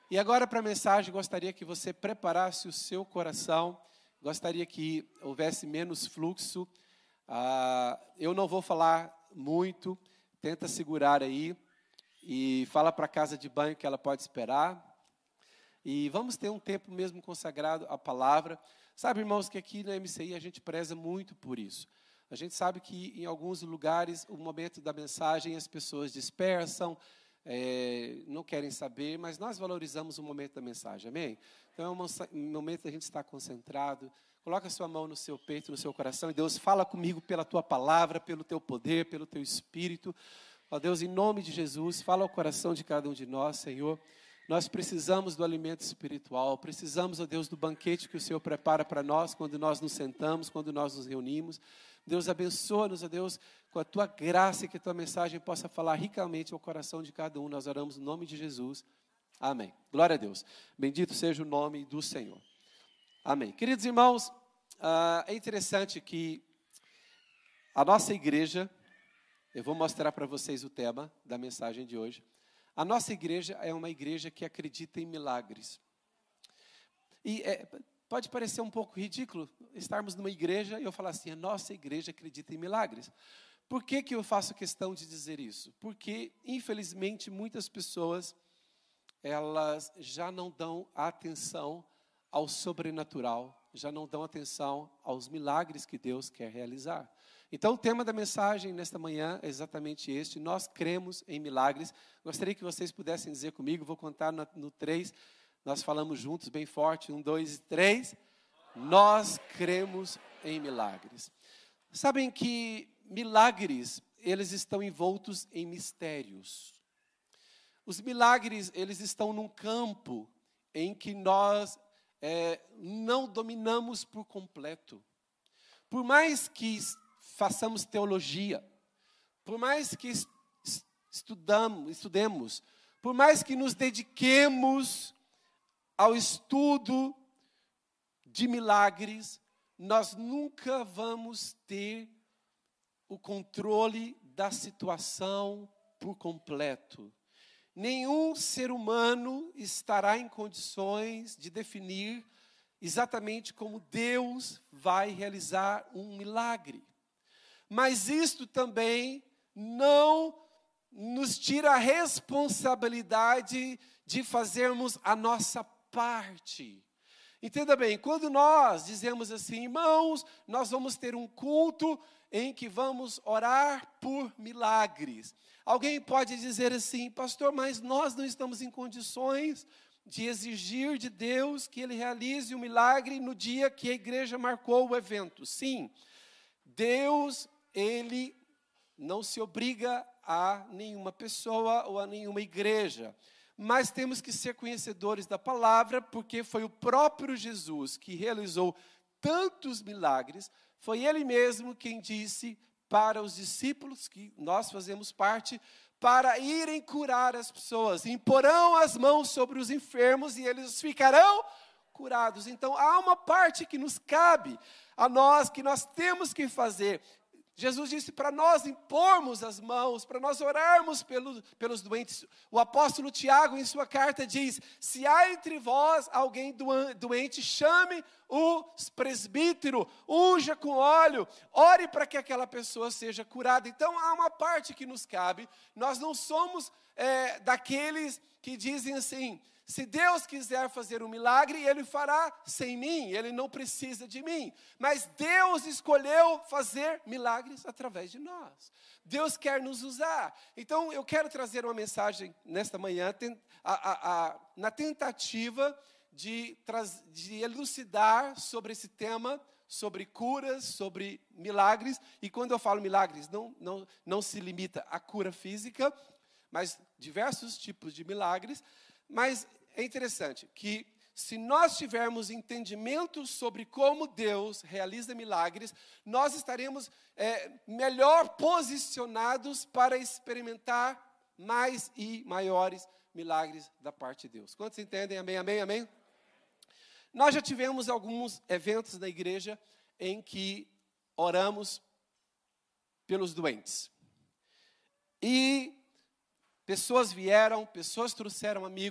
E agora para a mensagem, gostaria que você preparasse o seu coração, gostaria que houvesse menos fluxo. Eu não vou falar muito, tenta segurar aí e fala para a casa de banho que ela pode esperar. E vamos ter um tempo mesmo consagrado à palavra. Sabe, irmãos, que aqui na MCI a gente preza muito por isso. A gente sabe que em alguns lugares o momento da mensagem as pessoas dispersam, não querem saber, mas nós valorizamos o momento da mensagem, amém? Então é um momento da gente estar concentrado. Coloca a sua mão no seu peito, no seu coração, e Deus, fala comigo pela tua palavra, pelo teu poder, pelo teu espírito. Ó Deus, em nome de Jesus, fala ao coração de cada um de nós, Senhor. Nós precisamos do alimento espiritual, precisamos, ó Deus, do banquete que o Senhor prepara para nós quando nós nos sentamos, quando nós nos reunimos. Deus, abençoa-nos, ó Deus, com a tua graça e que a tua mensagem possa falar ricamente ao coração de cada um. Nós oramos no nome de Jesus. Amém. Glória a Deus. Bendito seja o nome do Senhor. Amém. Queridos irmãos, é interessante que a nossa igreja, eu vou mostrar para vocês o tema da mensagem de hoje. A nossa igreja é uma igreja que acredita em milagres. E pode parecer um pouco ridículo estarmos numa igreja e eu falar assim, a nossa igreja acredita em milagres. Por que eu faço questão de dizer isso? Porque, infelizmente, muitas pessoas, elas já não dão atenção ao sobrenatural, já não dão atenção aos milagres que Deus quer realizar. Então, o tema da mensagem nesta manhã é exatamente este. Nós cremos em milagres. Gostaria que vocês pudessem dizer comigo, vou contar no 3. Nós falamos juntos, bem forte. 1, 2 e 3. Nós cremos em milagres. Sabem que milagres, eles estão envoltos em mistérios. Os milagres, eles estão num campo em que nós não dominamos por completo. Por mais que façamos teologia, por mais que estudemos, por mais que nos dediquemos ao estudo de milagres, nós nunca vamos ter o controle da situação por completo. Nenhum ser humano estará em condições de definir exatamente como Deus vai realizar um milagre. Mas isto também não nos tira a responsabilidade de fazermos a nossa parte. Entenda bem, quando nós dizemos assim, irmãos, nós vamos ter um culto em que vamos orar por milagres. Alguém pode dizer assim, pastor, mas nós não estamos em condições de exigir de Deus que Ele realize um milagre no dia que a igreja marcou o evento. Sim, Deus, Ele não se obriga a nenhuma pessoa ou a nenhuma igreja. Mas temos que ser conhecedores da palavra, porque foi o próprio Jesus que realizou tantos milagres. Foi Ele mesmo quem disse para os discípulos, que nós fazemos parte, para irem curar as pessoas. Imporão as mãos sobre os enfermos e eles ficarão curados. Então, há uma parte que nos cabe a nós, que nós temos que fazer. Jesus disse para nós impormos as mãos, para nós orarmos pelos doentes. O apóstolo Tiago, em sua carta, diz, se há entre vós alguém doente, chame o presbítero, unja com óleo, ore para que aquela pessoa seja curada. Então, há uma parte que nos cabe. Nós não somos daqueles que dizem assim, se Deus quiser fazer um milagre, Ele fará sem mim, Ele não precisa de mim. Mas Deus escolheu fazer milagres através de nós. Deus quer nos usar. Então, eu quero trazer uma mensagem nesta manhã, na tentativa de elucidar sobre esse tema, sobre curas, sobre milagres. E quando eu falo milagres, não se limita à cura física, mas diversos tipos de milagres. Mas é interessante que se nós tivermos entendimento sobre como Deus realiza milagres, nós estaremos melhor posicionados para experimentar mais e maiores milagres da parte de Deus. Quantos entendem? Amém, amém, amém? Nós já tivemos alguns eventos na igreja em que oramos pelos doentes. E pessoas vieram, pessoas trouxeram amigos,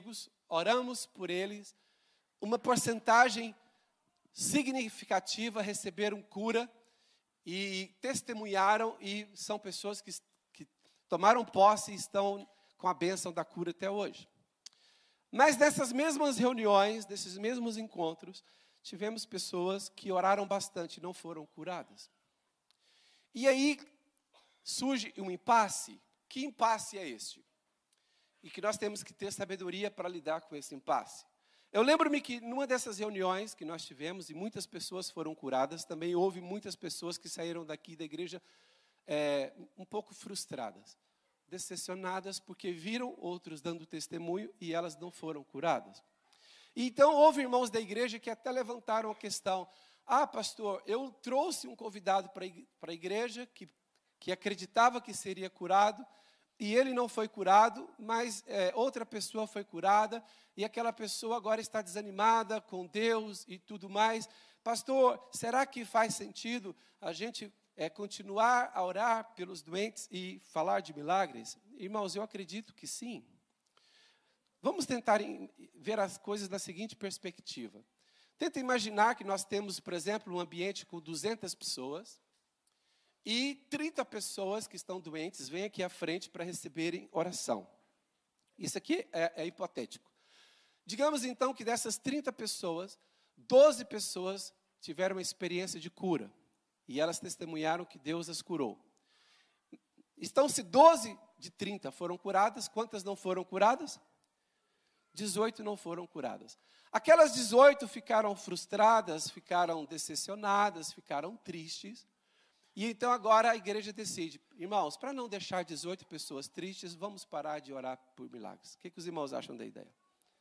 oramos por eles, uma porcentagem significativa receberam cura e testemunharam, e são pessoas que tomaram posse e estão com a bênção da cura até hoje. Mas nessas mesmas reuniões, nesses mesmos encontros, tivemos pessoas que oraram bastante e não foram curadas. E aí surge um impasse. Que impasse é este? E que nós temos que ter sabedoria para lidar com esse impasse. Eu lembro-me que numa dessas reuniões que nós tivemos, e muitas pessoas foram curadas, também houve muitas pessoas que saíram daqui da igreja um pouco frustradas, decepcionadas, porque viram outros dando testemunho e elas não foram curadas. E então houve irmãos da igreja que até levantaram a questão: pastor, eu trouxe um convidado para a igreja que acreditava que seria curado, e ele não foi curado, mas outra pessoa foi curada, e aquela pessoa agora está desanimada com Deus e tudo mais. Pastor, será que faz sentido a gente continuar a orar pelos doentes e falar de milagres? Irmãos, eu acredito que sim. Vamos tentar ver as coisas da seguinte perspectiva. Tenta imaginar que nós temos, por exemplo, um ambiente com 200 pessoas, e 30 pessoas que estão doentes vêm aqui à frente para receberem oração. Isso aqui é hipotético. Digamos então que dessas 30 pessoas, 12 pessoas tiveram uma experiência de cura. E elas testemunharam que Deus as curou. Então, se 12 de 30 foram curadas, quantas não foram curadas? 18 não foram curadas. Aquelas 18 ficaram frustradas, ficaram decepcionadas, ficaram tristes. E então agora a igreja decide: irmãos, para não deixar 18 pessoas tristes, vamos parar de orar por milagres. O que os irmãos acham da ideia?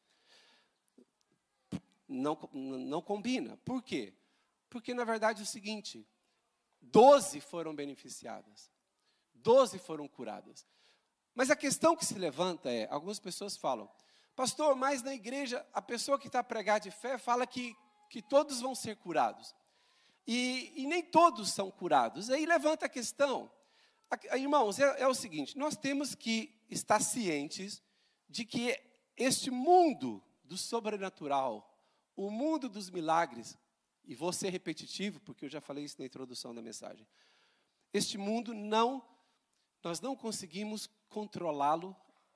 Não combina. Por quê? Porque na verdade é o seguinte: 12 foram beneficiadas, 12 foram curadas. Mas a questão que se levanta algumas pessoas falam: pastor, mas na igreja a pessoa que está a pregar de fé fala que todos vão ser curados. E nem todos são curados. Aí levanta a questão. Irmãos, é o seguinte: nós temos que estar cientes de que este mundo do sobrenatural, o mundo dos milagres, e vou ser repetitivo, porque eu já falei isso na introdução da mensagem, este mundo nós não conseguimos controlá-lo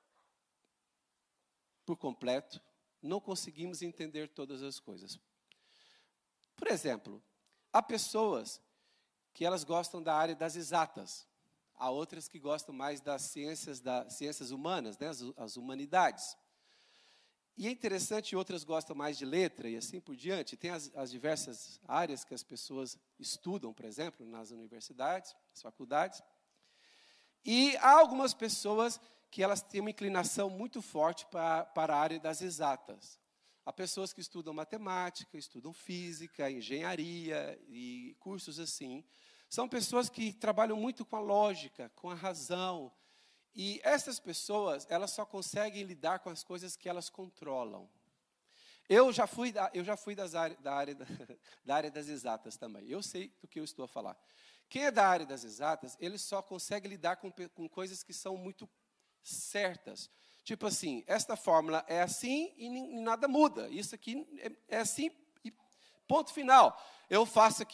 por completo, não conseguimos entender todas as coisas. Por exemplo, há pessoas que elas gostam da área das exatas. Há outras que gostam mais das ciências humanas, né, as humanidades. E é interessante, outras gostam mais de letra e assim por diante. Tem as diversas áreas que as pessoas estudam, por exemplo, nas universidades, nas faculdades. E há algumas pessoas que elas têm uma inclinação muito forte para a área das exatas. Há pessoas que estudam matemática, estudam física, engenharia e cursos assim. São pessoas que trabalham muito com a lógica, com a razão. E essas pessoas, elas só conseguem lidar com as coisas que elas controlam. Eu já fui da área das exatas também. Eu sei do que eu estou a falar. Quem é da área das exatas, ele só consegue lidar com coisas que são muito certas. Tipo assim, esta fórmula é assim e nada muda. Isso aqui é assim e ponto final. Eu faço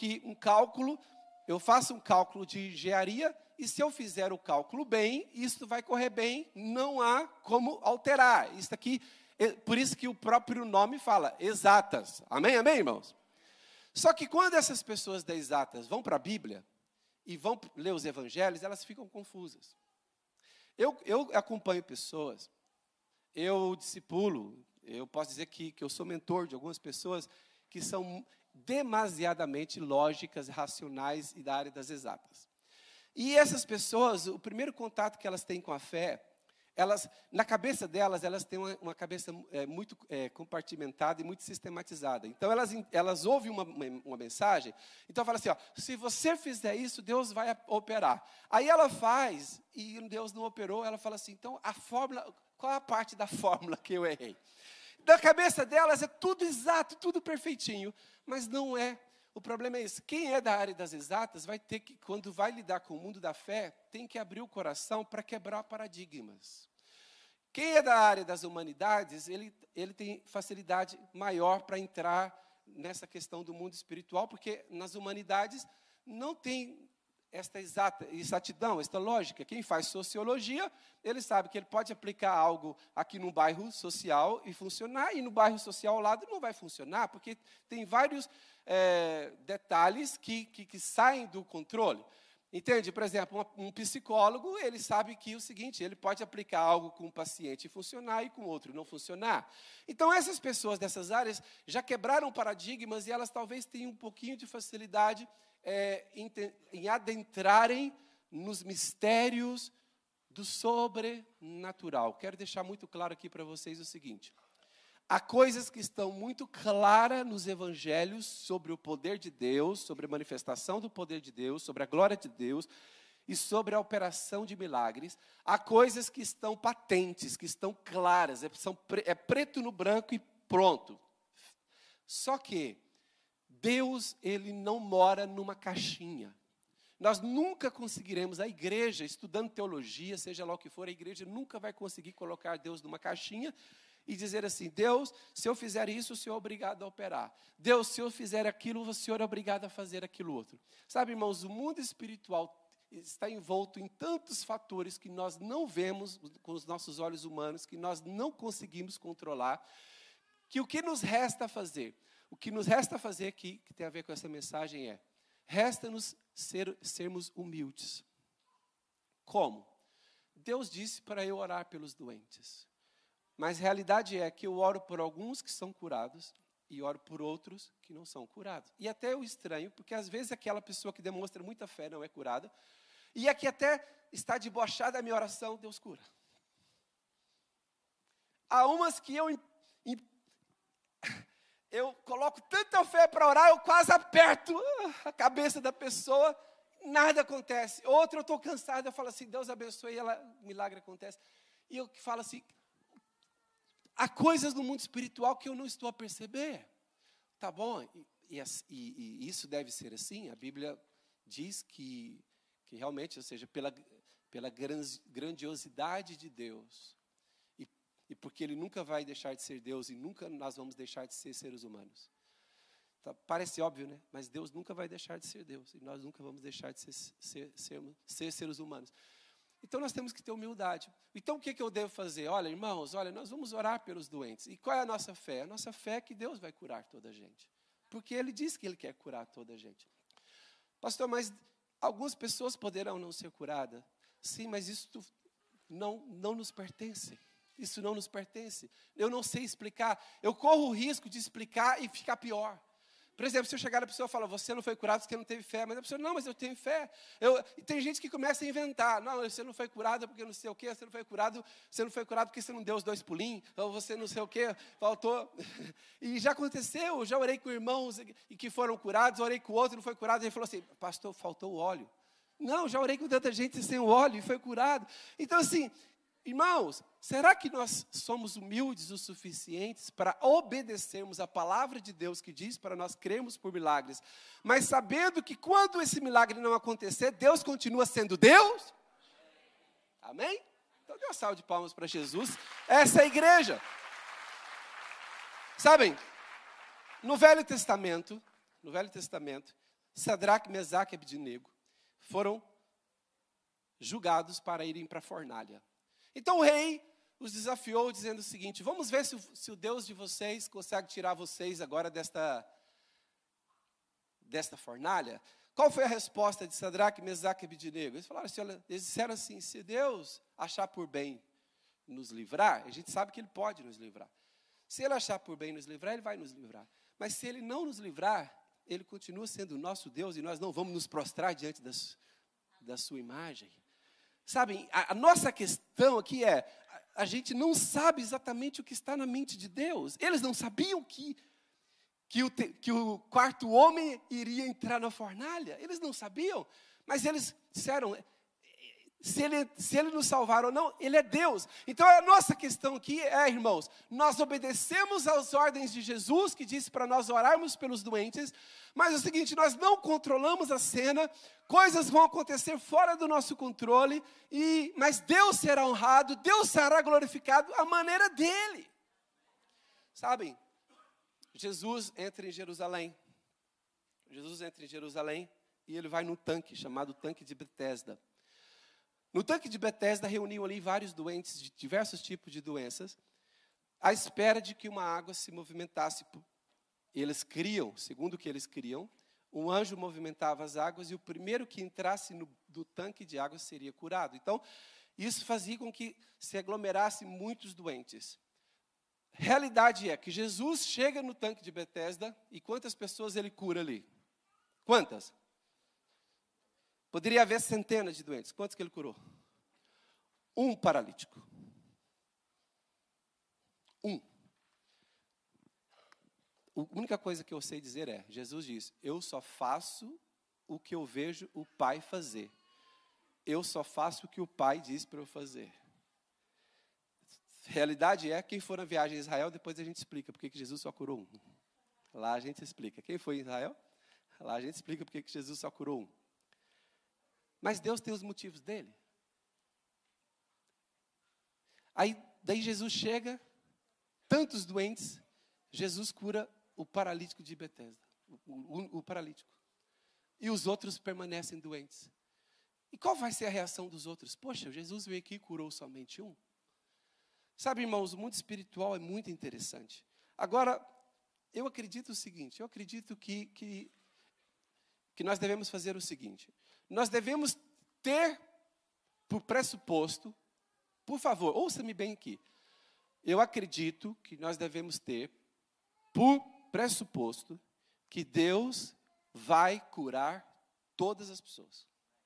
um cálculo de engenharia, e se eu fizer o cálculo bem, isso vai correr bem, não há como alterar. Isso aqui, por isso que o próprio nome fala, exatas. Amém, amém, irmãos? Só que quando essas pessoas das exatas vão para a Bíblia, e vão ler os evangelhos, elas ficam confusas. Eu acompanho pessoas, eu discipulo, eu posso dizer que eu sou mentor de algumas pessoas que são demasiadamente lógicas, racionais e da área das exatas. E essas pessoas, o primeiro contato que elas têm com a fé, na cabeça delas, elas têm uma cabeça muito compartimentada e muito sistematizada. Então, elas ouvem uma mensagem, então fala assim, se você fizer isso, Deus vai operar. Aí ela faz, e Deus não operou, ela fala assim, então, a fórmula, qual a parte da fórmula que eu errei? Na cabeça delas é tudo exato, tudo perfeitinho, mas não é. O problema é esse: quem é da área das exatas vai ter que, quando vai lidar com o mundo da fé, tem que abrir o coração para quebrar paradigmas. Quem é da área das humanidades, ele tem facilidade maior para entrar nessa questão do mundo espiritual, porque nas humanidades não tem esta exatidão, esta lógica. Quem faz sociologia, ele sabe que ele pode aplicar algo aqui no bairro social e funcionar, e no bairro social ao lado não vai funcionar, porque tem vários detalhes que saem do controle. Entende? Por exemplo, um psicólogo, ele sabe que o seguinte, ele pode aplicar algo com um paciente e funcionar e com outro não funcionar. Então, essas pessoas dessas áreas já quebraram paradigmas e elas talvez tenham um pouquinho de facilidade em adentrarem nos mistérios do sobrenatural. Quero deixar muito claro aqui para vocês o seguinte. Há coisas que estão muito claras nos evangelhos sobre o poder de Deus, sobre a manifestação do poder de Deus, sobre a glória de Deus e sobre a operação de milagres. Há coisas que estão patentes, que estão claras, é preto no branco e pronto. Só que Deus, ele não mora numa caixinha. Nós nunca conseguiremos, a igreja, estudando teologia, seja lá o que for, a igreja nunca vai conseguir colocar Deus numa caixinha e dizer assim, Deus, se eu fizer isso, o Senhor é obrigado a operar. Deus, se eu fizer aquilo, o Senhor é obrigado a fazer aquilo outro. Sabe, irmãos, o mundo espiritual está envolto em tantos fatores que nós não vemos com os nossos olhos humanos, que nós não conseguimos controlar, que o que nos resta fazer? O que nos resta fazer aqui, que tem a ver com essa mensagem resta-nos sermos humildes. Como? Deus disse para eu orar pelos doentes. Mas a realidade é que eu oro por alguns que são curados e oro por outros que não são curados. E até eu estranho, porque às vezes aquela pessoa que demonstra muita fé não é curada, e aqui até está debochada a minha oração, Deus cura. Há umas que eu coloco tanta fé para orar, eu quase aperto a cabeça da pessoa, nada acontece. Outra eu estou cansado, eu falo assim, Deus abençoe, e milagre acontece. E eu falo assim, há coisas no mundo espiritual que eu não estou a perceber. Tá bom, e isso deve ser assim. A Bíblia diz que realmente, ou seja, pela grandiosidade de Deus, e porque Ele nunca vai deixar de ser Deus, e nunca nós vamos deixar de ser seres humanos. Tá, parece óbvio, né? Mas Deus nunca vai deixar de ser Deus, e nós nunca vamos deixar de ser seres humanos. Então, nós temos que ter humildade. Então, o que eu devo fazer? Olha, irmãos, nós vamos orar pelos doentes. E qual é a nossa fé? A nossa fé é que Deus vai curar toda a gente. Porque Ele diz que Ele quer curar toda a gente. Pastor, mas algumas pessoas poderão não ser curadas. Sim, mas isso não nos pertence. Isso não nos pertence. Eu não sei explicar. Eu corro o risco de explicar e ficar pior. Por exemplo, se eu chegar na pessoa e falar, você não foi curado porque não teve fé. Mas a pessoa, não, mas eu tenho fé. E tem gente que começa a inventar. Não, você não foi curado porque não sei o quê. Você não foi curado porque você não deu os 2 pulinhos. Ou você não sei o quê, faltou. E já aconteceu, já orei com irmãos e que foram curados, orei com outro, não foi curado. Ele falou assim, pastor, faltou o óleo. Não, já orei com tanta gente sem o óleo e foi curado. Então assim, irmãos, será que nós somos humildes o suficientes para obedecermos a palavra de Deus que diz para nós crermos por milagres, mas sabendo que quando esse milagre não acontecer, Deus continua sendo Deus? Amém? Então dê uma salva de palmas para Jesus. Essa é a igreja. Sabem, no Velho Testamento, Sadraque, Mesaque e Abednego foram julgados para irem para a fornalha. Então o rei os desafiou dizendo o seguinte, vamos ver se o Deus de vocês consegue tirar vocês agora desta fornalha. Qual foi a resposta de Sadraque, Mesaque e Abednego? Eles disseram assim, se Deus achar por bem nos livrar, a gente sabe que Ele pode nos livrar. Se Ele achar por bem nos livrar, Ele vai nos livrar. Mas se Ele não nos livrar, Ele continua sendo o nosso Deus e nós não vamos nos prostrar diante da sua imagem. Sabem, a nossa questão aqui a gente não sabe exatamente o que está na mente de Deus. Eles não sabiam que o quarto homem iria entrar na fornalha. Eles não sabiam, mas eles disseram, Se ele nos salvar ou não, Ele é Deus. Então, a nossa questão aqui é, irmãos, nós obedecemos às ordens de Jesus, que disse para nós orarmos pelos doentes, mas é o seguinte, nós não controlamos a cena, coisas vão acontecer fora do nosso controle, mas Deus será honrado, Deus será glorificado à maneira dEle. Sabem, Jesus entra em Jerusalém. Jesus entra em Jerusalém e Ele vai no tanque, chamado tanque de Betesda. No tanque de Betesda reuniam ali vários doentes de diversos tipos de doenças, à espera de que uma água se movimentasse. Eles criam, segundo o que eles criam, um anjo movimentava as águas e o primeiro que entrasse do tanque de água seria curado. Então, isso fazia com que se aglomerassem muitos doentes. Realidade é que Jesus chega no tanque de Betesda e quantas pessoas Ele cura ali? Quantas? Poderia haver centenas de doentes. Quantos que Ele curou? Um paralítico. Um. A única coisa que eu sei dizer é, Jesus diz, eu só faço o que eu vejo o Pai fazer. Eu só faço o que o Pai diz para eu fazer. Realidade é, quem for na viagem a Israel, depois a gente explica porque que Jesus só curou um. Lá a gente explica. Quem foi em Israel? Lá a gente explica porque que Jesus só curou um. Mas Deus tem os motivos dele. Daí Jesus chega, tantos doentes, Jesus cura o paralítico de Betesda, o paralítico. E os outros permanecem doentes. E qual vai ser a reação dos outros? Poxa, Jesus veio aqui e curou somente um. Sabe, irmãos, o mundo espiritual é muito interessante. Agora, eu acredito o seguinte, eu acredito que nós devemos fazer o seguinte. Nós devemos ter por pressuposto, por favor, ouça-me bem aqui. Eu acredito que nós devemos ter por pressuposto que Deus vai curar todas as pessoas.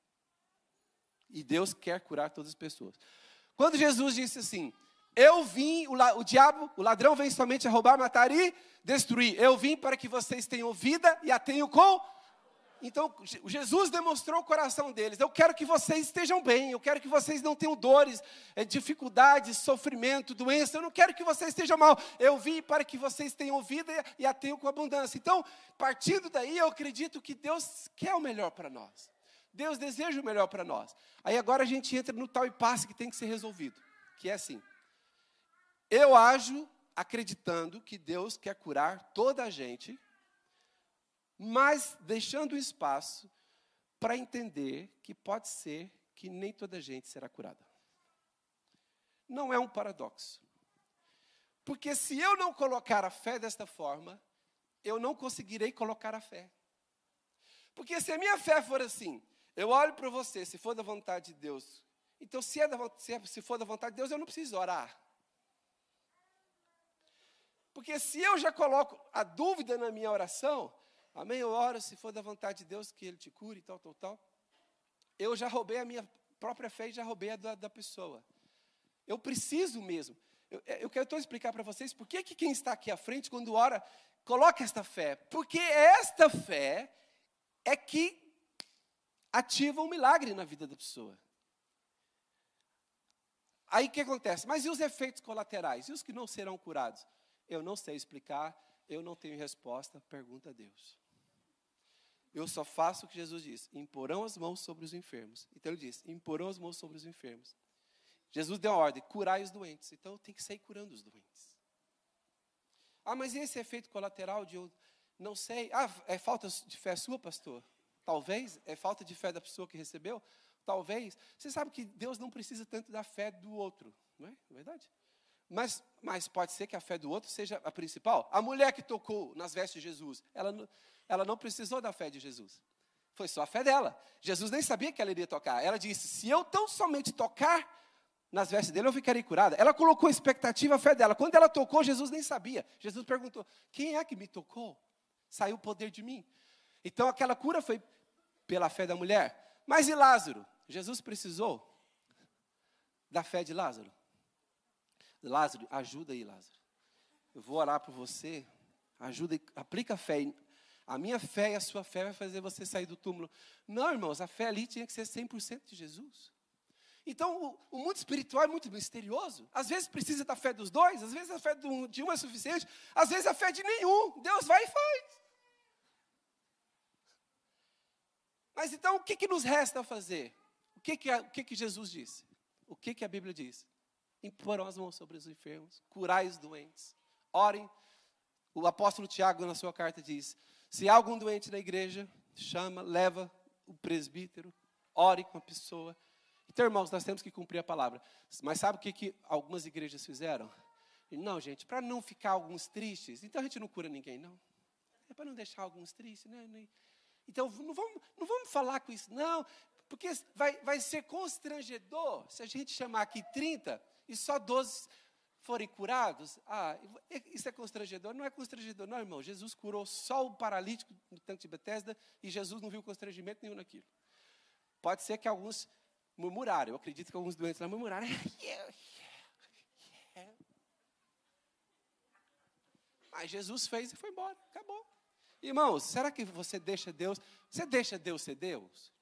E Deus quer curar todas as pessoas. Quando Jesus disse assim, eu vim, o diabo, o ladrão vem somente a roubar, matar e destruir. Eu vim para que vocês tenham vida e a tenham com... Então, Jesus demonstrou o coração deles. Eu quero que vocês estejam bem. Eu quero que vocês não tenham dores, dificuldades, sofrimento, doença. Eu não quero que vocês estejam mal. Eu vim para que vocês tenham vida e a tenham com abundância. Então, partindo daí, eu acredito que Deus quer o melhor para nós. Deus deseja o melhor para nós. Aí agora a gente entra no tal impasse que tem que ser resolvido. Que é assim. Eu ajo acreditando que Deus quer curar toda a gente, mas deixando espaço para entender que pode ser que nem toda gente será curada. Não é um paradoxo. Porque se eu não colocar a fé desta forma, eu não conseguirei colocar a fé. Porque se a minha fé for assim, eu olho para você, se for da vontade de Deus, então se for da vontade de Deus, eu não preciso orar. Porque se eu já coloco a dúvida na minha oração, amém, eu oro, se for da vontade de Deus, que Ele te cure, tal. Eu já roubei a minha própria fé e já roubei a da pessoa. Eu preciso mesmo. Eu quero explicar para vocês por que quem está aqui à frente, quando ora, coloca esta fé. Porque esta fé é que ativa um milagre na vida da pessoa. Aí o que acontece? Mas e os efeitos colaterais? E os que não serão curados? Eu não sei explicar, eu não tenho resposta, pergunta a Deus. Eu só faço o que Jesus disse, imporão as mãos sobre os enfermos. Então ele disse, imporão as mãos sobre os enfermos. Jesus deu a ordem, curai os doentes. Então eu tenho que sair curando os doentes. Ah, mas e esse efeito colateral de eu não sei? Ah, é falta de fé sua, pastor? Talvez. É falta de fé da pessoa que recebeu? Talvez. Você sabe que Deus não precisa tanto da fé do outro, não é verdade? Mas pode ser que a fé do outro seja a principal. A mulher que tocou nas vestes de Jesus, ela não precisou da fé de Jesus. Foi só a fé dela. Jesus nem sabia que ela iria tocar. Ela disse, se eu tão somente tocar nas vestes dele, eu ficarei curada. Ela colocou expectativa, a fé dela. Quando ela tocou, Jesus nem sabia. Jesus perguntou, quem é que me tocou? Saiu o poder de mim. Então aquela cura foi pela fé da mulher. Mas e Lázaro? Jesus precisou da fé de Lázaro? Lázaro, ajuda aí, Lázaro. Eu vou orar por você. Ajuda, aplica a fé. A minha fé e a sua fé vai fazer você sair do túmulo. Não, irmãos, a fé ali tinha que ser 100% de Jesus. Então, o mundo espiritual é muito misterioso. Às vezes precisa da fé dos dois, às vezes a fé de um é suficiente, às vezes a fé de nenhum. Deus vai e faz. Mas então, o que nos resta fazer? O que Jesus disse? O que a Bíblia diz? Imporão as mãos sobre os enfermos, curai os doentes, orem. O apóstolo Tiago, na sua carta, diz, se há algum doente na igreja, chama, leva o presbítero, ore com a pessoa. Então, irmãos, nós temos que cumprir a palavra. Mas sabe o que algumas igrejas fizeram? Não, gente, para não ficar alguns tristes, então a gente não cura ninguém, não. É para não deixar alguns tristes, né? Então, não vamos falar com isso, não, porque vai ser constrangedor se a gente chamar aqui 30 e só 12 forem curados. Isso é constrangedor? Não é constrangedor, não, irmão. Jesus curou só o paralítico no tanque de Betesda e Jesus não viu constrangimento nenhum naquilo. Pode ser que alguns murmuraram. Eu acredito que alguns doentes lá murmuraram. Mas Jesus fez e foi embora. Acabou. Irmãos, será que você deixa Deus ser Deus?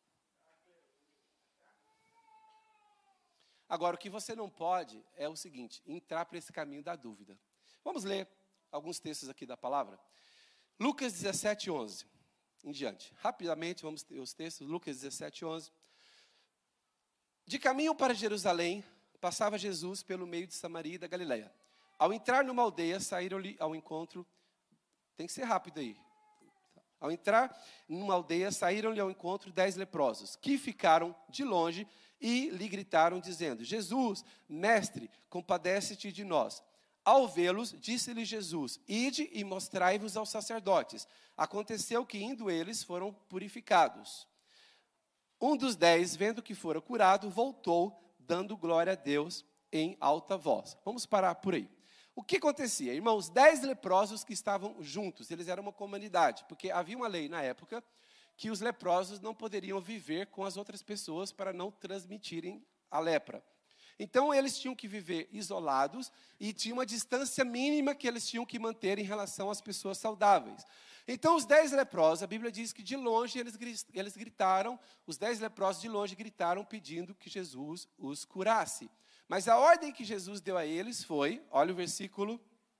Agora, o que você não pode é o seguinte, entrar para esse caminho da dúvida. Vamos ler alguns textos aqui da palavra. Lucas 17, 11, em diante. Rapidamente, vamos ter os textos. Lucas 17, 11. De caminho para Jerusalém, passava Jesus pelo meio de Samaria e da Galileia. Ao entrar numa aldeia, saíram-lhe ao encontro... Tem que ser rápido aí. Ao entrar numa aldeia, saíram-lhe ao encontro 10 leprosos, que ficaram de longe e lhe gritaram, dizendo, Jesus, mestre, compadece-te de nós. Ao vê-los, disse-lhe Jesus, ide e mostrai-vos aos sacerdotes. Aconteceu que, indo eles, foram purificados. Um dos 10, vendo que fora curado, voltou, dando glória a Deus em alta voz. Vamos parar por aí. O que acontecia? Irmãos, 10 leprosos que estavam juntos, eles eram uma comunidade, porque havia uma lei na época que os leprosos não poderiam viver com as outras pessoas para não transmitirem a lepra. Então, eles tinham que viver isolados e tinha uma distância mínima que eles tinham que manter em relação às pessoas saudáveis. Então, os 10 leprosos, a Bíblia diz que de longe eles gritaram, os 10 leprosos de longe gritaram pedindo que Jesus os curasse. Mas a ordem que Jesus deu a eles foi, olha o versículo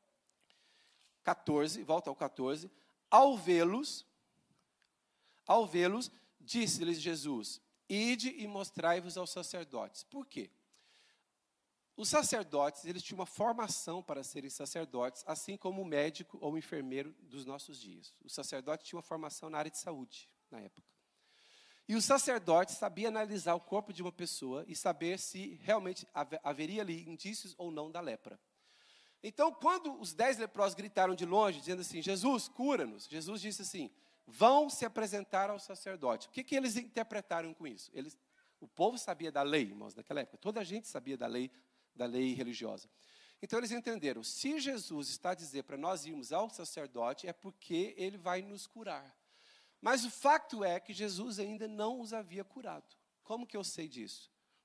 14, volta ao 14. Ao vê-los, disse-lhes Jesus, ide e mostrai-vos aos sacerdotes. Por quê? Os sacerdotes, eles tinham uma formação para serem sacerdotes, assim como o médico ou o enfermeiro dos nossos dias. O sacerdote tinha uma formação na área de saúde, na época. E o sacerdote sabia analisar o corpo de uma pessoa e saber se realmente haveria ali indícios ou não da lepra. Então, quando os 10 leprosos gritaram de longe, dizendo assim, Jesus, cura-nos, Jesus disse assim, vão se apresentar ao sacerdote. O que eles interpretaram com isso? O povo sabia da lei, irmãos, naquela época. Toda a gente sabia da lei religiosa. Então, eles entenderam, se Jesus está a dizer para nós irmos ao sacerdote, é porque ele vai nos curar. Mas o fato é que Jesus ainda não os havia curado. Como que eu sei disso?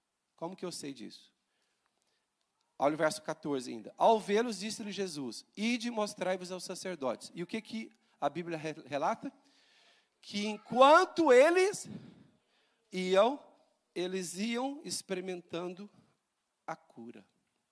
Olha o verso 14 ainda. Ao vê-los, disse-lhe Jesus, ide e mostrai-vos aos sacerdotes. E o que a Bíblia relata? Que enquanto eles iam experimentando a cura.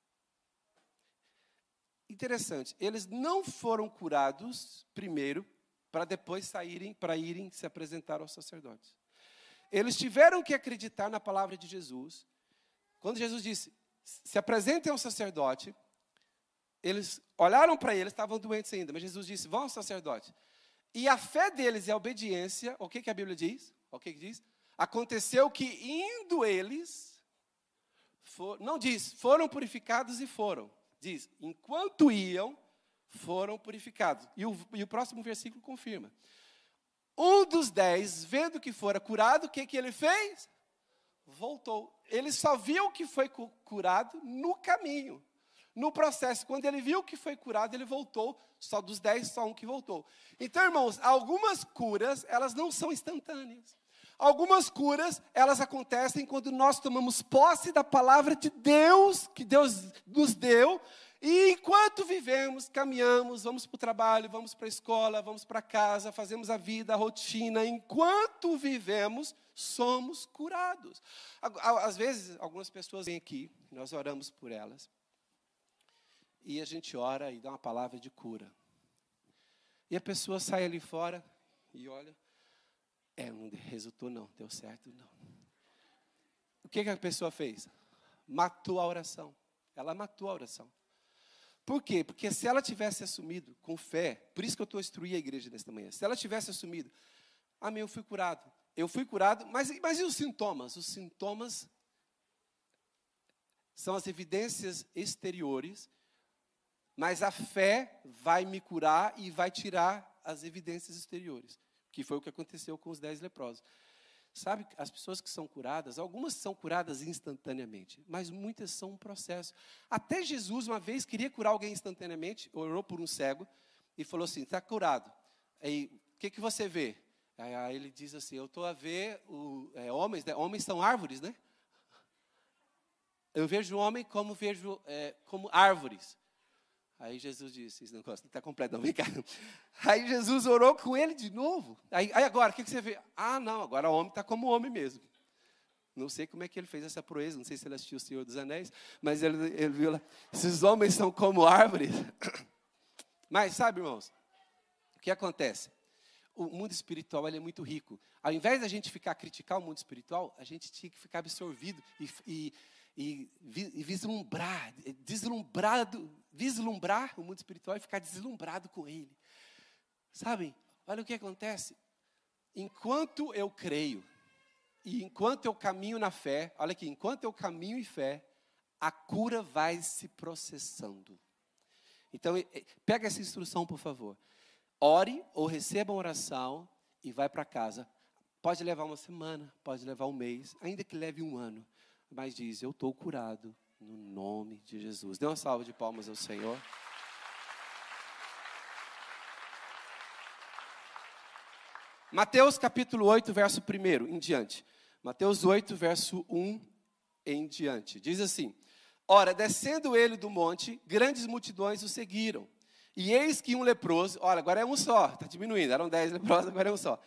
Interessante, eles não foram curados primeiro, para depois irem se apresentar aos sacerdotes. Eles tiveram que acreditar na palavra de Jesus. Quando Jesus disse, se apresentem ao sacerdote, eles olharam para ele, estavam doentes ainda, mas Jesus disse, vão ao sacerdote. E a fé deles e a obediência, o que a Bíblia diz? O que diz? Aconteceu que indo eles, não diz, foram purificados e foram. Diz, enquanto iam, foram purificados. E o próximo versículo confirma. Um dos 10, vendo que fora curado, o que ele fez? Voltou. Ele só viu que foi curado no caminho. No processo, quando ele viu que foi curado, ele voltou. Só dos 10, só um que voltou. Então, irmãos, algumas curas, elas não são instantâneas. Algumas curas, elas acontecem quando nós tomamos posse da palavra de Deus, que Deus nos deu, E enquanto vivemos, caminhamos, vamos para o trabalho, vamos para a escola, vamos para casa, fazemos a vida, a rotina. Enquanto vivemos, somos curados. Às vezes, algumas pessoas vêm aqui, nós oramos por elas. E a gente ora e dá uma palavra de cura. E a pessoa sai ali fora e olha. Não resultou não, deu certo não. O que a pessoa fez? Matou a oração. Ela matou a oração. Por quê? Porque se ela tivesse assumido com fé, por isso que eu estou instruindo a igreja nesta manhã, se ela tivesse assumido, amém, eu fui curado, mas e os sintomas? Os sintomas são as evidências exteriores, mas a fé vai me curar e vai tirar as evidências exteriores, que foi o que aconteceu com os 10 leprosos. Sabe, as pessoas que são curadas, algumas são curadas instantaneamente, mas muitas são um processo. Até Jesus, uma vez, queria curar alguém instantaneamente, orou por um cego, e falou assim, está curado. Aí, o que você vê? Aí ele diz assim, eu estou a ver homens, né? Homens são árvores, né? Eu vejo homem como como árvores. Aí Jesus disse, esse negócio não está completo, não, vem cá. Aí Jesus orou com ele de novo. Aí agora, o que você vê? Não, agora o homem está como homem mesmo. Não sei como é que ele fez essa proeza, não sei se ele assistiu O Senhor dos Anéis, mas ele viu lá, esses homens são como árvores. Mas sabe, irmãos, o que acontece? O mundo espiritual ele é muito rico. Ao invés da gente ficar a criticar o mundo espiritual, a gente tinha que ficar absorvido e vislumbrar o mundo espiritual e ficar deslumbrado com ele. Sabem, olha o que acontece. Enquanto eu creio, e enquanto eu caminho na fé, olha aqui, enquanto eu caminho em fé, a cura vai se processando. Então, pega essa instrução, por favor. Ore ou receba uma oração e vai para casa. Pode levar uma semana, pode levar um mês, ainda que leve um ano. Mas diz, eu estou curado no nome de Jesus. Dê uma salva de palmas ao Senhor. Mateus capítulo 8, verso 1 em diante. Mateus 8, verso 1 em diante. Diz assim, ora, descendo ele do monte, grandes multidões o seguiram. E eis que um leproso, olha, agora é um só, está diminuindo, eram 10 leprosos, agora é um só.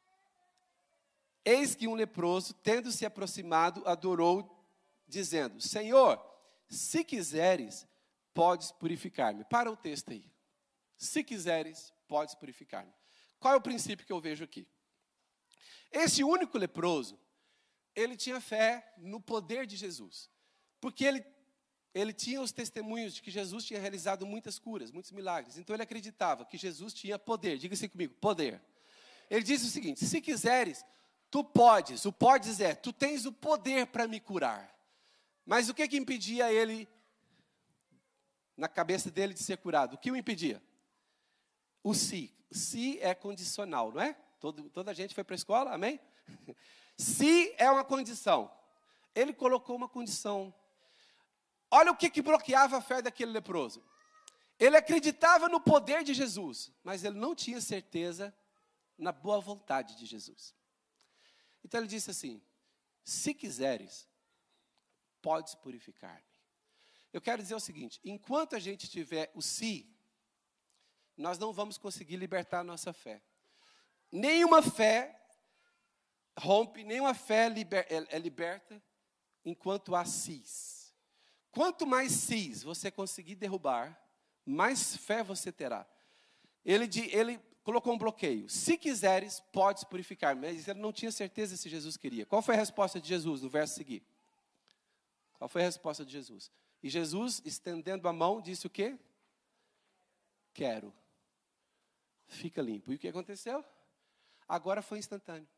Eis que um leproso, tendo se aproximado, adorou, dizendo, Senhor, se quiseres, podes purificar-me. Para o texto aí. Se quiseres, podes purificar-me. Qual é o princípio que eu vejo aqui? Esse único leproso, ele tinha fé no poder de Jesus. Porque ele tinha os testemunhos de que Jesus tinha realizado muitas curas, muitos milagres. Então ele acreditava que Jesus tinha poder. Diga assim comigo, poder. Ele diz o seguinte, se quiseres, tu podes. O podes é, tu tens o poder para me curar. Mas o que impedia ele, na cabeça dele, de ser curado? O que o impedia? O se. O se é condicional, não é? Toda a gente foi para a escola, amém? Se é uma condição. Ele colocou uma condição. Olha o que bloqueava a fé daquele leproso. Ele acreditava no poder de Jesus, mas ele não tinha certeza na boa vontade de Jesus. Então ele disse assim, se quiseres, podes purificar-me. Eu quero dizer o seguinte, enquanto a gente tiver o se, nós não vamos conseguir libertar a nossa fé. Nenhuma fé rompe, nenhuma fé é liberta enquanto há sis. Quanto mais sis você conseguir derrubar, mais fé você terá. Ele colocou um bloqueio. Se quiseres, podes purificar. Mas ele não tinha certeza se Jesus queria. Qual foi a resposta de Jesus no verso seguinte? Qual foi a resposta de Jesus? E Jesus, estendendo a mão, disse o quê? Quero. Fica limpo. E o que aconteceu? Agora foi instantâneo.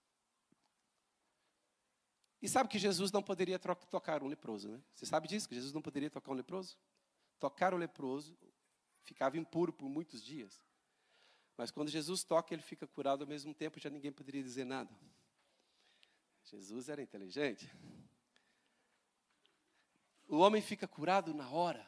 E sabe que Jesus não poderia tocar um leproso, né? Você sabe disso? Que Jesus não poderia tocar um leproso? Tocar o leproso ficava impuro por muitos dias. Mas quando Jesus toca, ele fica curado ao mesmo tempo, já ninguém poderia dizer nada. Jesus era inteligente. O homem fica curado na hora.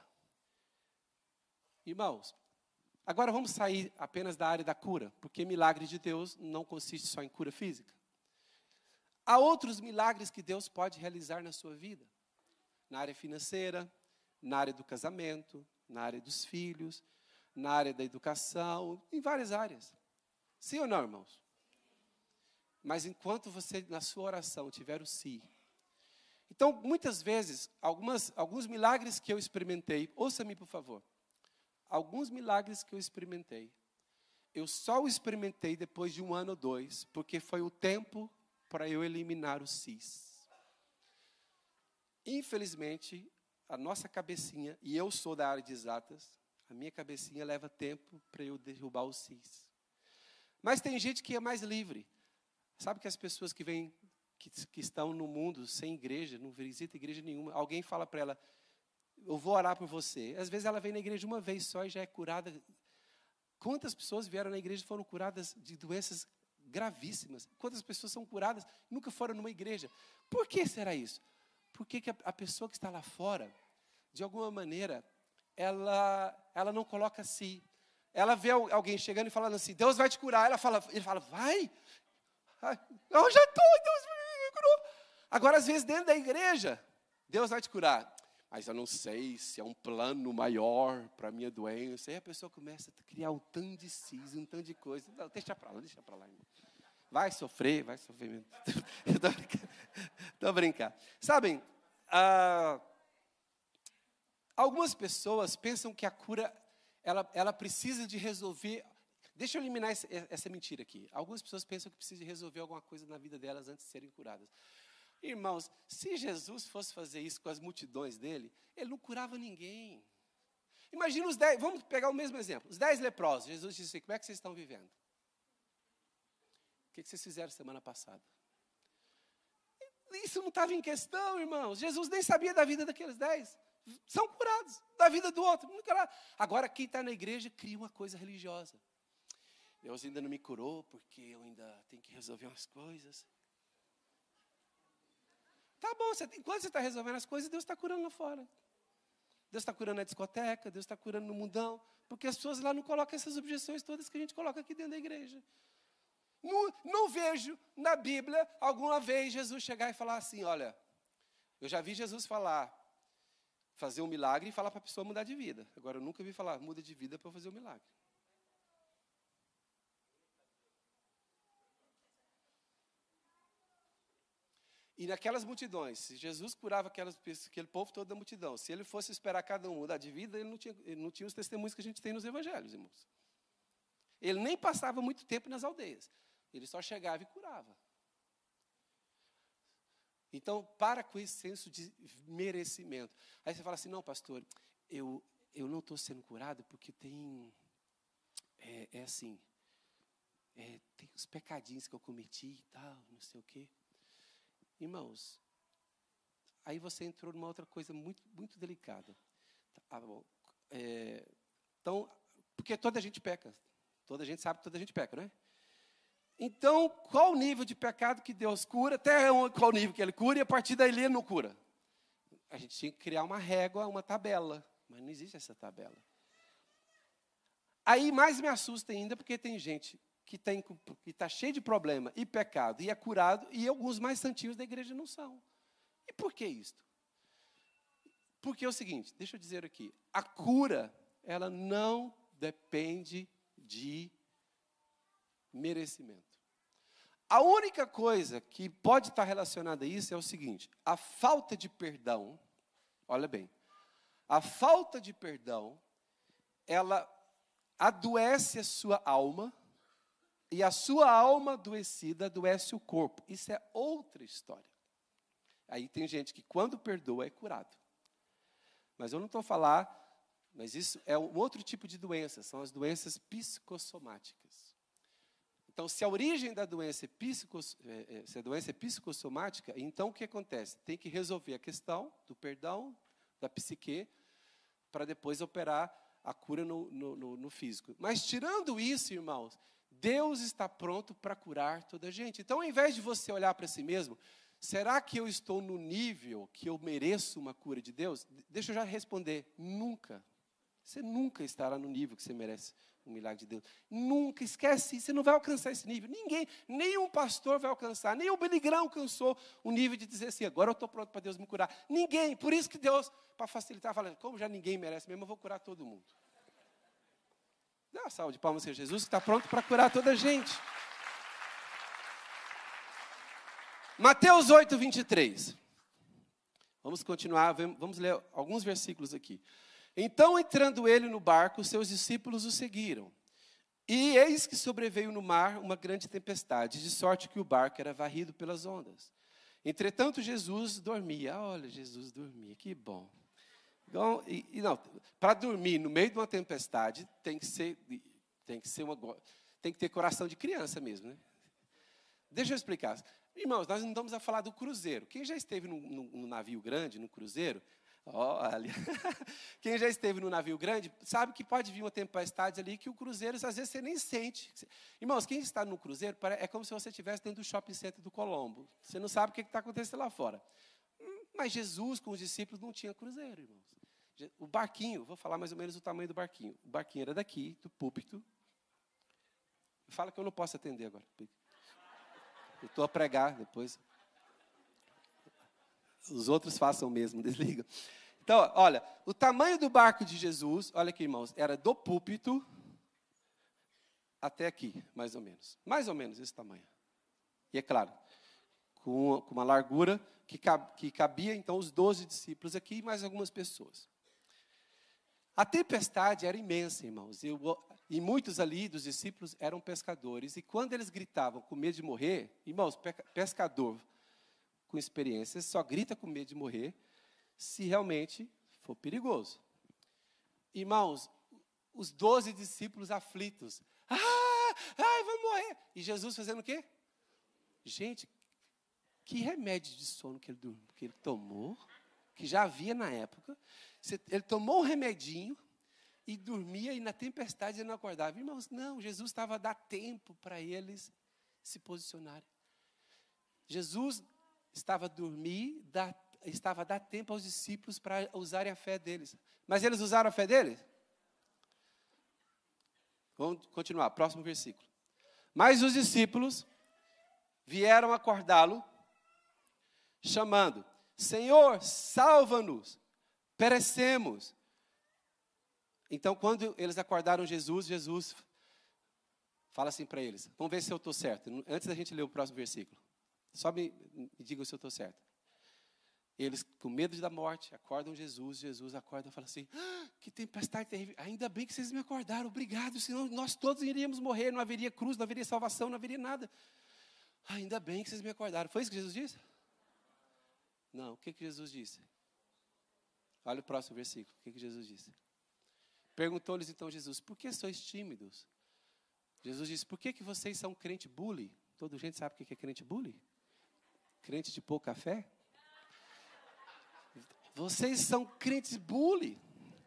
Irmãos, agora vamos sair apenas da área da cura, porque milagre de Deus não consiste só em cura física. Há outros milagres que Deus pode realizar na sua vida. Na área financeira, na área do casamento, na área dos filhos, na área da educação, em várias áreas. Sim ou não, irmãos? Mas enquanto você, na sua oração, tiver o sim. Então, muitas vezes, alguns milagres que eu experimentei, ouça-me, por favor. Alguns milagres que eu experimentei, eu só o experimentei depois de 1 ano ou 2, porque foi o tempo para eu eliminar o cis. Infelizmente, a nossa cabecinha, e eu sou da área de exatas, a minha cabecinha leva tempo para eu derrubar o cis. Mas tem gente que é mais livre. Sabe que as pessoas que vêm, que estão no mundo sem igreja, não visitam igreja nenhuma, alguém fala para ela, eu vou orar por você. Às vezes ela vem na igreja uma vez só e já é curada. Quantas pessoas vieram na igreja e foram curadas de doenças gravíssimas? Quantas pessoas são curadas e nunca foram numa igreja? Por que será isso? Porque que a pessoa que está lá fora, de alguma maneira, ela não coloca si. Ela vê alguém chegando e falando assim, Deus vai te curar. Ele fala, vai? Eu já estou, Deus me curou. Agora, às vezes, dentro da igreja, Deus vai te curar. Mas eu não sei se é um plano maior para a minha doença. Aí a pessoa começa a criar um tanto de cis, um tanto de coisa. Não, deixa para lá, irmão. Vai sofrer mesmo. Estou brincando. Sabem, algumas pessoas pensam que a cura, ela precisa de resolver. Deixa eu eliminar essa mentira aqui. Algumas pessoas pensam que precisa de resolver alguma coisa na vida delas antes de serem curadas. Irmãos, se Jesus fosse fazer isso com as multidões dele, ele não curava ninguém. Imagina os 10, vamos pegar o mesmo exemplo. Os 10 leprosos, Jesus disse assim, como é que vocês estão vivendo? O que vocês fizeram semana passada? Isso não estava em questão, irmãos. Jesus nem sabia da vida daqueles 10. São curados da vida do outro. Agora, quem está na igreja cria uma coisa religiosa. Deus ainda não me curou, porque eu ainda tenho que resolver umas coisas. Tá bom, enquanto você está resolvendo as coisas, Deus está curando lá fora. Deus está curando na discoteca, Deus está curando no mundão, porque as pessoas lá não colocam essas objeções todas que a gente coloca aqui dentro da igreja. Não vejo na Bíblia alguma vez Jesus chegar e falar assim, olha, eu já vi Jesus fazer um milagre e falar para a pessoa mudar de vida. Agora, eu nunca vi falar, muda de vida para fazer um milagre. E naquelas multidões, se Jesus curava aquele povo todo da multidão, se ele fosse esperar cada um mudar de vida, ele não tinha os testemunhos que a gente tem nos evangelhos, irmãos. Ele nem passava muito tempo nas aldeias. Ele só chegava e curava. Então, para com esse senso de merecimento. Aí você fala assim, não, pastor, eu não estou sendo curado porque tem tem os pecadinhos que eu cometi e tal, não sei o quê. Irmãos, aí você entrou numa outra coisa muito, muito delicada. Então, porque toda a gente peca. Toda a gente sabe que toda a gente peca, não é? Então, qual o nível de pecado que Deus cura? Até qual o nível que Ele cura e a partir daí Ele não cura? A gente tinha que criar uma régua, uma tabela. Mas não existe essa tabela. Aí mais me assusta ainda porque tem gente que está cheio de problema e pecado e é curado, e alguns mais santinhos da igreja não são. E por que isto? Porque é o seguinte, deixa eu dizer aqui, a cura, ela não depende de merecimento. A única coisa que pode estar relacionada a isso é o seguinte, a falta de perdão, olha bem, a falta de perdão, ela adoece a sua alma, e a sua alma adoecida adoece o corpo. Isso é outra história. Aí tem gente que quando perdoa é curado. Mas eu não estou a falar, mas isso é um outro tipo de doença, são as doenças psicossomáticas. Então, se a origem da doença se a doença é psicossomática, então o que acontece? Tem que resolver a questão do perdão, da psique, para depois operar a cura no físico. Mas tirando isso, irmãos, Deus está pronto para curar toda a gente. Então, ao invés de você olhar para si mesmo, será que eu estou no nível que eu mereço uma cura de Deus? Deixa eu já responder, nunca. Você nunca estará no nível que você merece um milagre de Deus. Nunca esquece isso, você não vai alcançar esse nível. Ninguém, nenhum pastor vai alcançar, nem o Billy Graham alcançou o nível de dizer assim, agora eu estou pronto para Deus me curar. Ninguém, por isso que Deus, para facilitar, fala, como já ninguém merece mesmo, eu vou curar todo mundo. Dá uma salva de palmas, Senhor Jesus, que está pronto para curar toda a gente. Mateus 8, 23. Vamos continuar, vamos ler alguns versículos aqui. Então, entrando ele no barco, seus discípulos o seguiram. E eis que sobreveio no mar uma grande tempestade, de sorte que o barco era varrido pelas ondas. Entretanto, Jesus dormia. Olha, Jesus dormia, que bom. Então, para dormir no meio de uma tempestade, tem que ter coração de criança mesmo, né? Deixa eu explicar. Irmãos, nós não estamos a falar do cruzeiro. Quem já esteve num navio grande, no cruzeiro, olha, quem já esteve no navio grande, sabe que pode vir uma tempestade ali que o cruzeiro, às vezes, você nem sente. Irmãos, quem está no cruzeiro, é como se você estivesse dentro do shopping center do Colombo. Você não sabe o que está acontecendo lá fora. Mas Jesus, com os discípulos, não tinha cruzeiro, irmãos. O barquinho, vou falar mais ou menos o tamanho do barquinho. O barquinho era daqui, do púlpito. Fala que eu não posso atender agora. Eu estou a pregar depois. Os outros façam o mesmo, desliga. Então, olha, o tamanho do barco de Jesus, olha aqui, irmãos, era do púlpito até aqui, mais ou menos. Mais ou menos esse tamanho. E é claro, com uma largura que cabia, então, os 12 discípulos aqui e mais algumas pessoas. A tempestade era imensa, irmãos. E muitos ali dos discípulos eram pescadores. E quando eles gritavam com medo de morrer, irmãos, pescador com experiência só grita com medo de morrer se realmente for perigoso. Irmãos, os 12 discípulos aflitos. Vamos morrer. E Jesus fazendo o quê? Gente, que remédio de sono que ele tomou, que já havia na época. Ele tomou um remedinho e dormia, e na tempestade ele não acordava. Irmãos, não, Jesus estava a dar tempo para eles se posicionarem. Jesus estava a dormir, estava a dar tempo aos discípulos para usarem a fé deles. Mas eles usaram a fé deles? Vamos continuar, próximo versículo. Mas os discípulos vieram acordá-lo, chamando, Senhor, salva-nos, perecemos. Então, quando eles acordaram Jesus fala assim para eles, vamos ver se eu estou certo, antes da gente ler o próximo versículo, só me digam se eu estou certo. Eles, com medo da morte, acordam Jesus acorda e fala assim, que tempestade terrível, ainda bem que vocês me acordaram, obrigado, senão nós todos iríamos morrer, não haveria cruz, não haveria salvação, não haveria nada. Ainda bem que vocês me acordaram. Foi isso que Jesus disse? Não, o que Jesus disse? Olha o próximo versículo, o que Jesus disse? Perguntou-lhes então Jesus, por que sois tímidos? Jesus disse, por que vocês são crente bully? Toda gente sabe o que é crente bully? Crente de pouca fé? Vocês são crentes bully.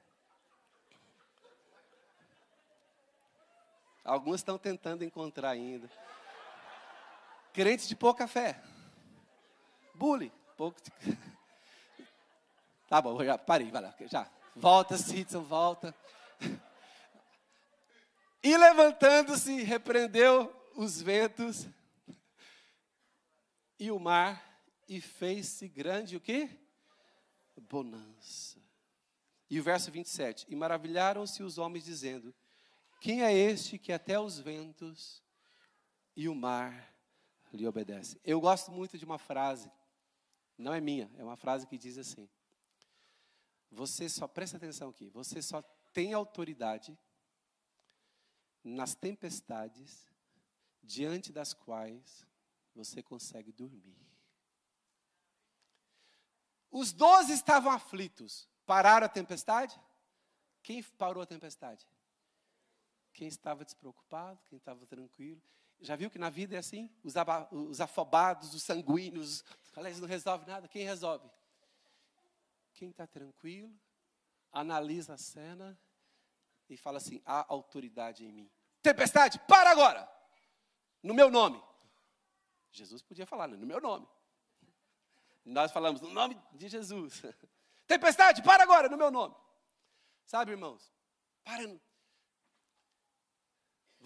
Alguns estão tentando encontrar ainda. Crentes de pouca fé. Bully. Tá bom, já parei, vai lá. Já. Volta, Sidson, volta. E levantando-se, repreendeu os ventos e o mar, e fez-se grande o quê? Bonança. E o verso 27. E maravilharam-se os homens, dizendo, quem é este que até os ventos e o mar lhe obedecem? Eu gosto muito de uma frase, não é minha, é uma frase que diz assim, você só, presta atenção aqui, você só tem autoridade nas tempestades diante das quais você consegue dormir. Os 12 estavam aflitos. Pararam a tempestade? Quem parou a tempestade? Quem estava despreocupado, quem estava tranquilo. Já viu que na vida é assim? Os afobados, os sanguíneos, eles não resolvem nada. Quem resolve? Quem está tranquilo, analisa a cena e fala assim, há autoridade em mim. Tempestade, para agora! No meu nome. Jesus podia falar, no meu nome. Nós falamos, no nome de Jesus. Tempestade, para agora, no meu nome. Sabe, irmãos? Para.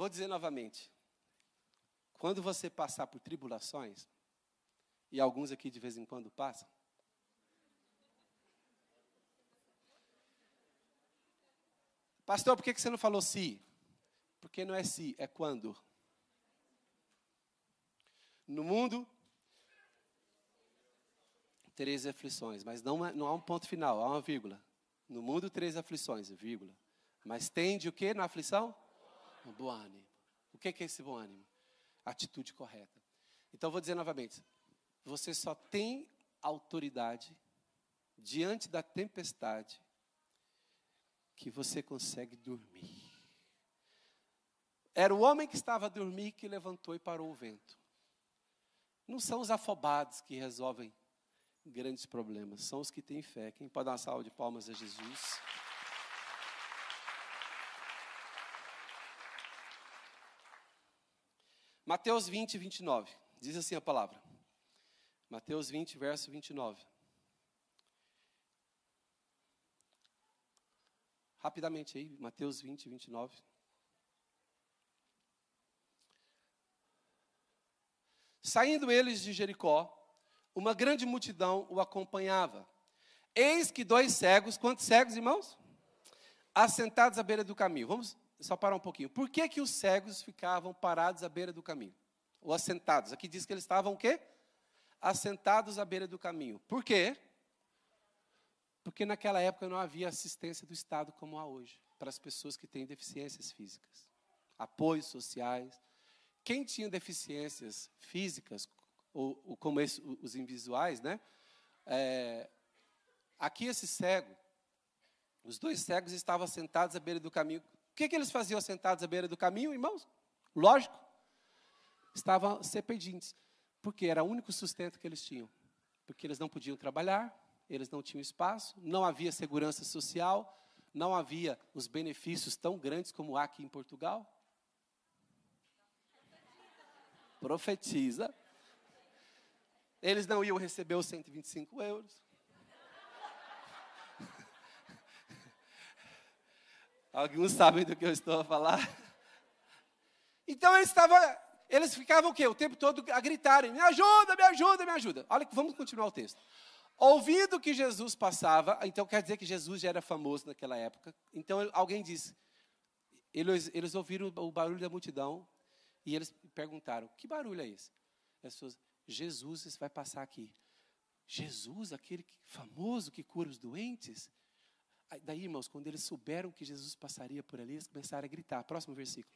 Vou dizer novamente. Quando você passar por tribulações, e alguns aqui de vez em quando passam, pastor, por que você não falou se? Porque não é se, é quando. No mundo, tereis aflições, mas não há um ponto final, há uma vírgula. No mundo, tereis aflições, vírgula. Mas tende o que na aflição? Um bom ânimo. O que é esse bom ânimo? Atitude correta. Então, vou dizer novamente. Você só tem autoridade diante da tempestade que você consegue dormir. Era o homem que estava a dormir que levantou e parou o vento. Não são os afobados que resolvem grandes problemas, são os que têm fé. Quem pode dar uma salva de palmas a Jesus? Mateus 20, 29. Diz assim a palavra. Mateus 20, verso 29. Rapidamente aí, Mateus 20, 29. Saindo eles de Jericó, uma grande multidão o acompanhava. Eis que 2 cegos, quantos cegos, irmãos? Assentados à beira do caminho. Vamos só parar um pouquinho. Por que que os cegos ficavam parados à beira do caminho? Ou assentados? Aqui diz que eles estavam o quê? Assentados à beira do caminho. Por quê? Porque naquela época não havia assistência do Estado como há hoje, para as pessoas que têm deficiências físicas. Apoios sociais. Quem tinha deficiências físicas, ou como os invisuais, né? Aqui esse cego, os 2 cegos estavam sentados à beira do caminho. O que eles faziam sentados à beira do caminho, irmãos? Lógico. Estavam ser pedintes. Porque era o único sustento que eles tinham. Porque eles não podiam trabalhar, eles não tinham espaço, não havia segurança social, não havia os benefícios tão grandes como há aqui em Portugal. Profetiza. Eles não iam receber os 125 euros. Alguns sabem do que eu estou a falar. Então eles ficavam o quê? O tempo todo a gritarem, me ajuda, me ajuda, me ajuda. Olha, vamos continuar o texto. Ouvindo que Jesus passava, então quer dizer que Jesus já era famoso naquela época. Então alguém disse, eles ouviram o barulho da multidão e eles perguntaram, que barulho é esse? As pessoas, Jesus vai passar aqui. Jesus, aquele famoso que cura os doentes? Daí, irmãos, quando eles souberam que Jesus passaria por ali, eles começaram a gritar. Próximo versículo.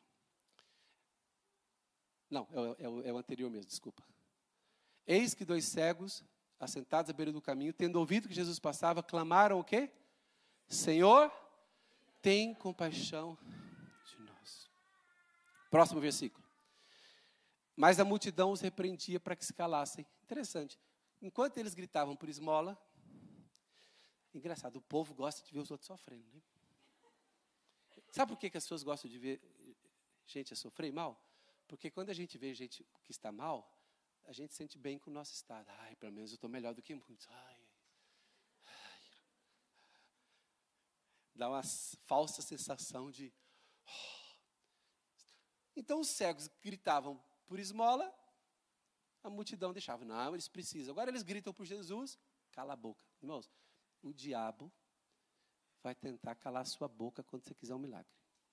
Não, é o anterior mesmo, desculpa. Eis que 2 cegos, assentados à beira do caminho, tendo ouvido que Jesus passava, clamaram o quê? Senhor, tem compaixão de nós. Próximo versículo. Mas a multidão os repreendia para que se calassem. Interessante. Enquanto eles gritavam por esmola, engraçado, o povo gosta de ver os outros sofrendo, né? Sabe por que as pessoas gostam de ver gente a sofrer mal? Porque quando a gente vê gente que está mal, a gente se sente bem com o nosso estado. Ai, pelo menos eu estou melhor do que muitos. Dá uma falsa sensação de... Então os cegos gritavam por esmola, a multidão deixava. Não, eles precisam. Agora eles gritam por Jesus, cala a boca. Irmãos, o diabo vai tentar calar a sua boca quando você quiser um milagre.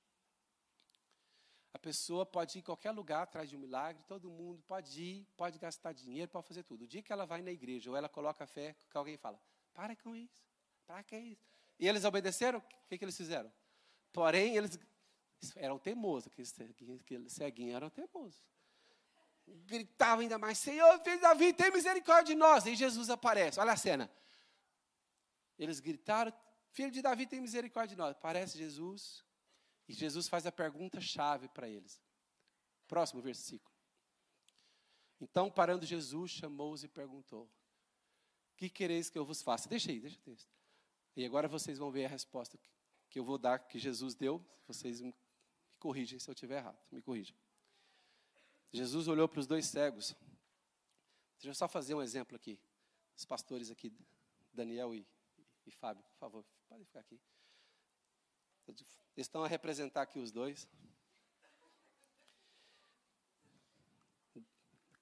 A pessoa pode ir em qualquer lugar atrás de um milagre, todo mundo pode ir, pode gastar dinheiro, pode fazer tudo. O dia que ela vai na igreja ou ela coloca a fé, que alguém fala, para com isso, para que isso? E eles obedeceram? O que eles fizeram? Porém, eles eram teimosos, aqueles ceguinhos eram teimosos. Gritavam ainda mais, Senhor, filho de Davi, tem misericórdia de nós. E Jesus aparece, olha a cena. Eles gritaram, filho de Davi, tem misericórdia de nós. Aparece Jesus, e Jesus faz a pergunta-chave para eles. Próximo versículo. Então, parando Jesus, chamou-os e perguntou, que quereis que eu vos faça? Deixa o texto. E agora vocês vão ver a resposta que eu vou dar, que Jesus deu. Vocês me corrigem se eu estiver errado, me corrijam. Jesus olhou para os 2 cegos. Deixa eu só fazer um exemplo aqui. Os pastores aqui, Daniel e Fábio, por favor, podem ficar aqui. Eles estão a representar aqui os 2.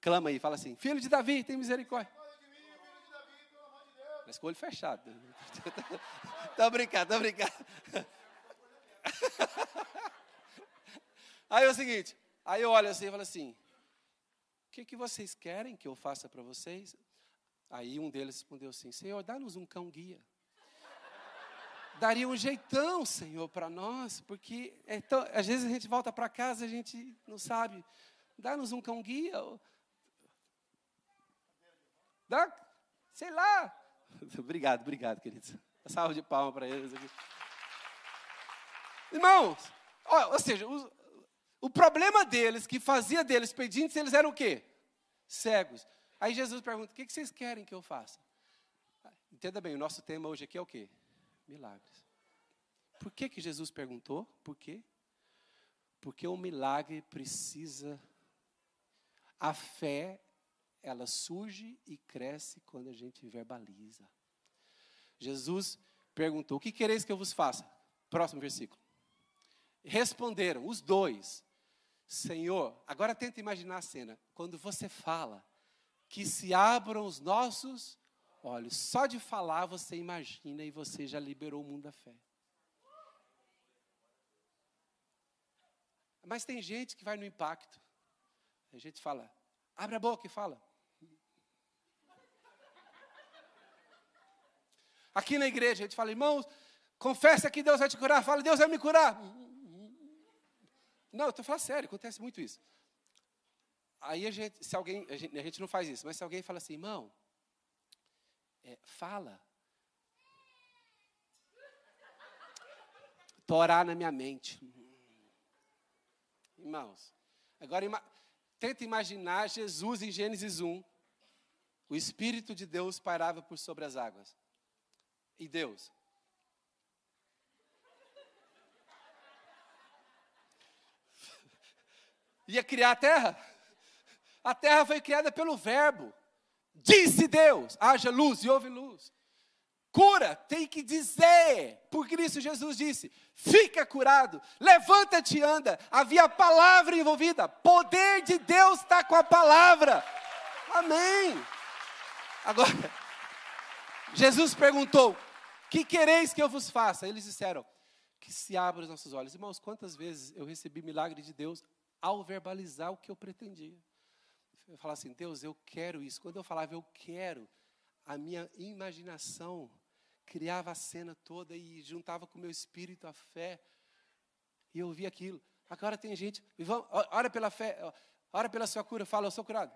Clama aí, fala assim, filho de Davi, tem misericórdia. Mas com o olho fechado. Tô brincando. Aí é o seguinte, aí eu olho assim e falo assim, o que vocês querem que eu faça para vocês? Aí um deles respondeu assim, Senhor, dá-nos um cão guia. Daria um jeitão, Senhor, para nós, porque então, às vezes a gente volta para casa, a gente não sabe. Dá-nos um cão guia. Dá, sei lá. Obrigado, queridos. Uma salva de palmas para eles aqui. Irmãos, ou seja, o problema deles, que fazia deles pedintes, eles eram o quê? Cegos. Aí Jesus pergunta, o que vocês querem que eu faça? Entenda bem, o nosso tema hoje aqui é o quê? Milagres. Por que Jesus perguntou? Por quê? Porque o milagre precisa... A fé, ela surge e cresce quando a gente verbaliza. Jesus perguntou, o que quereis que eu vos faça? Próximo versículo. Responderam, os dois, Senhor, agora tenta imaginar a cena, quando você fala, que se abram os nossos olhos, só de falar você imagina e você já liberou o mundo da fé. Mas tem gente que vai no impacto, a gente fala, abre a boca e fala. Aqui na igreja a gente fala, irmãos, confessa que Deus vai te curar, fala, Deus vai me curar. Não, eu estou falando sério, acontece muito isso. Aí a gente não faz isso, mas se alguém fala assim, irmão, fala. Estou orando na minha mente. Irmãos, agora tenta imaginar Jesus em Gênesis 1. O Espírito de Deus pairava por sobre as águas. E Deus? Ia criar a terra? A terra foi criada pelo verbo. Disse Deus, haja luz e houve luz. Cura, tem que dizer. Por Cristo Jesus disse, fica curado, levanta-te e anda. Havia a palavra envolvida. Poder de Deus está com a palavra. Amém. Agora, Jesus perguntou, que quereis que eu vos faça? Eles disseram, que se abram os nossos olhos. Irmãos, quantas vezes eu recebi milagre de Deus ao verbalizar o que eu pretendia. Eu falava assim, Deus, eu quero isso. Quando eu falava, eu quero, a minha imaginação criava a cena toda e juntava com o meu espírito a fé. E eu via aquilo. Agora tem gente, ora pela fé, ora pela sua cura, fala, eu sou curado.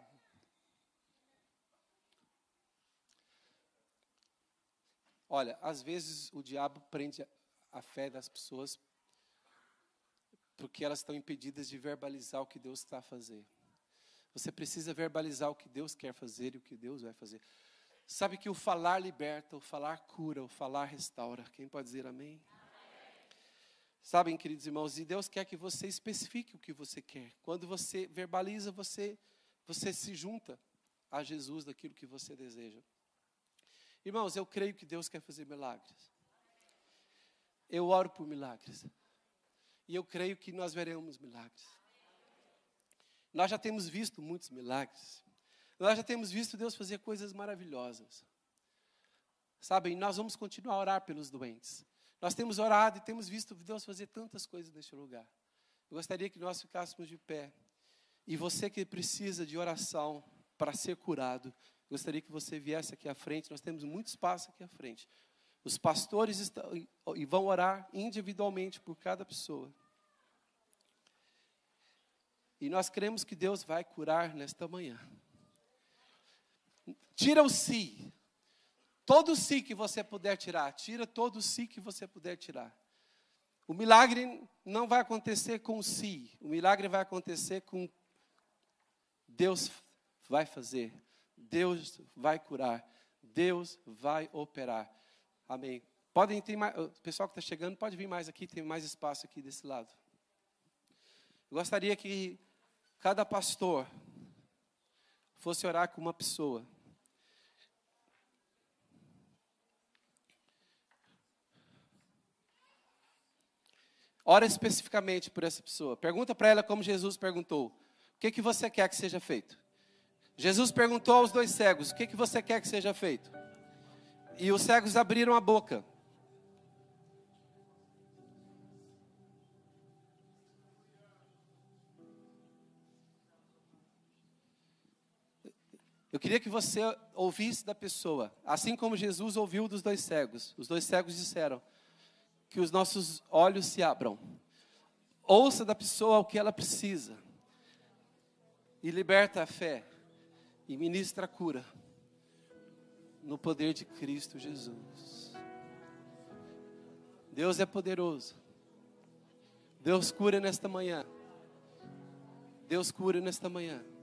Olha, às vezes o diabo prende a fé das pessoas porque elas estão impedidas de verbalizar o que Deus está a fazer. Você precisa verbalizar o que Deus quer fazer e o que Deus vai fazer. Sabe que o falar liberta, o falar cura, o falar restaura. Quem pode dizer amém? Sabem, queridos irmãos, e Deus quer que você especifique o que você quer. Quando você verbaliza, você se junta a Jesus daquilo que você deseja. Irmãos, eu creio que Deus quer fazer milagres. Eu oro por milagres. E eu creio que nós veremos milagres. Nós já temos visto muitos milagres. Nós já temos visto Deus fazer coisas maravilhosas. Sabem, nós vamos continuar a orar pelos doentes. Nós temos orado e temos visto Deus fazer tantas coisas neste lugar. Eu gostaria que nós ficássemos de pé. E você que precisa de oração para ser curado, gostaria que você viesse aqui à frente. Nós temos muito espaço aqui à frente. Os pastores estão, e vão orar individualmente por cada pessoa. E nós cremos que Deus vai curar nesta manhã. Tira o si. Todo o si que você puder tirar. Tira todo o si que você puder tirar. O milagre não vai acontecer com o si. O milagre vai acontecer com Deus vai fazer. Deus vai curar. Deus vai operar. Amém. Podem ter mais, o pessoal que está chegando pode vir mais aqui, tem mais espaço aqui desse lado. Eu gostaria que cada pastor fosse orar com uma pessoa. Ora especificamente por essa pessoa. Pergunta para ela como Jesus perguntou. O que você quer que seja feito? Jesus perguntou aos 2 cegos: o que você quer que seja feito? E os cegos abriram a boca. Eu queria que você ouvisse da pessoa, assim como Jesus ouviu dos 2 cegos. Os 2 cegos disseram: que os nossos olhos se abram. Ouça da pessoa o que ela precisa. E liberta a fé. E ministra a cura. No poder de Cristo Jesus. Deus é poderoso. Deus cura nesta manhã. Deus cura nesta manhã.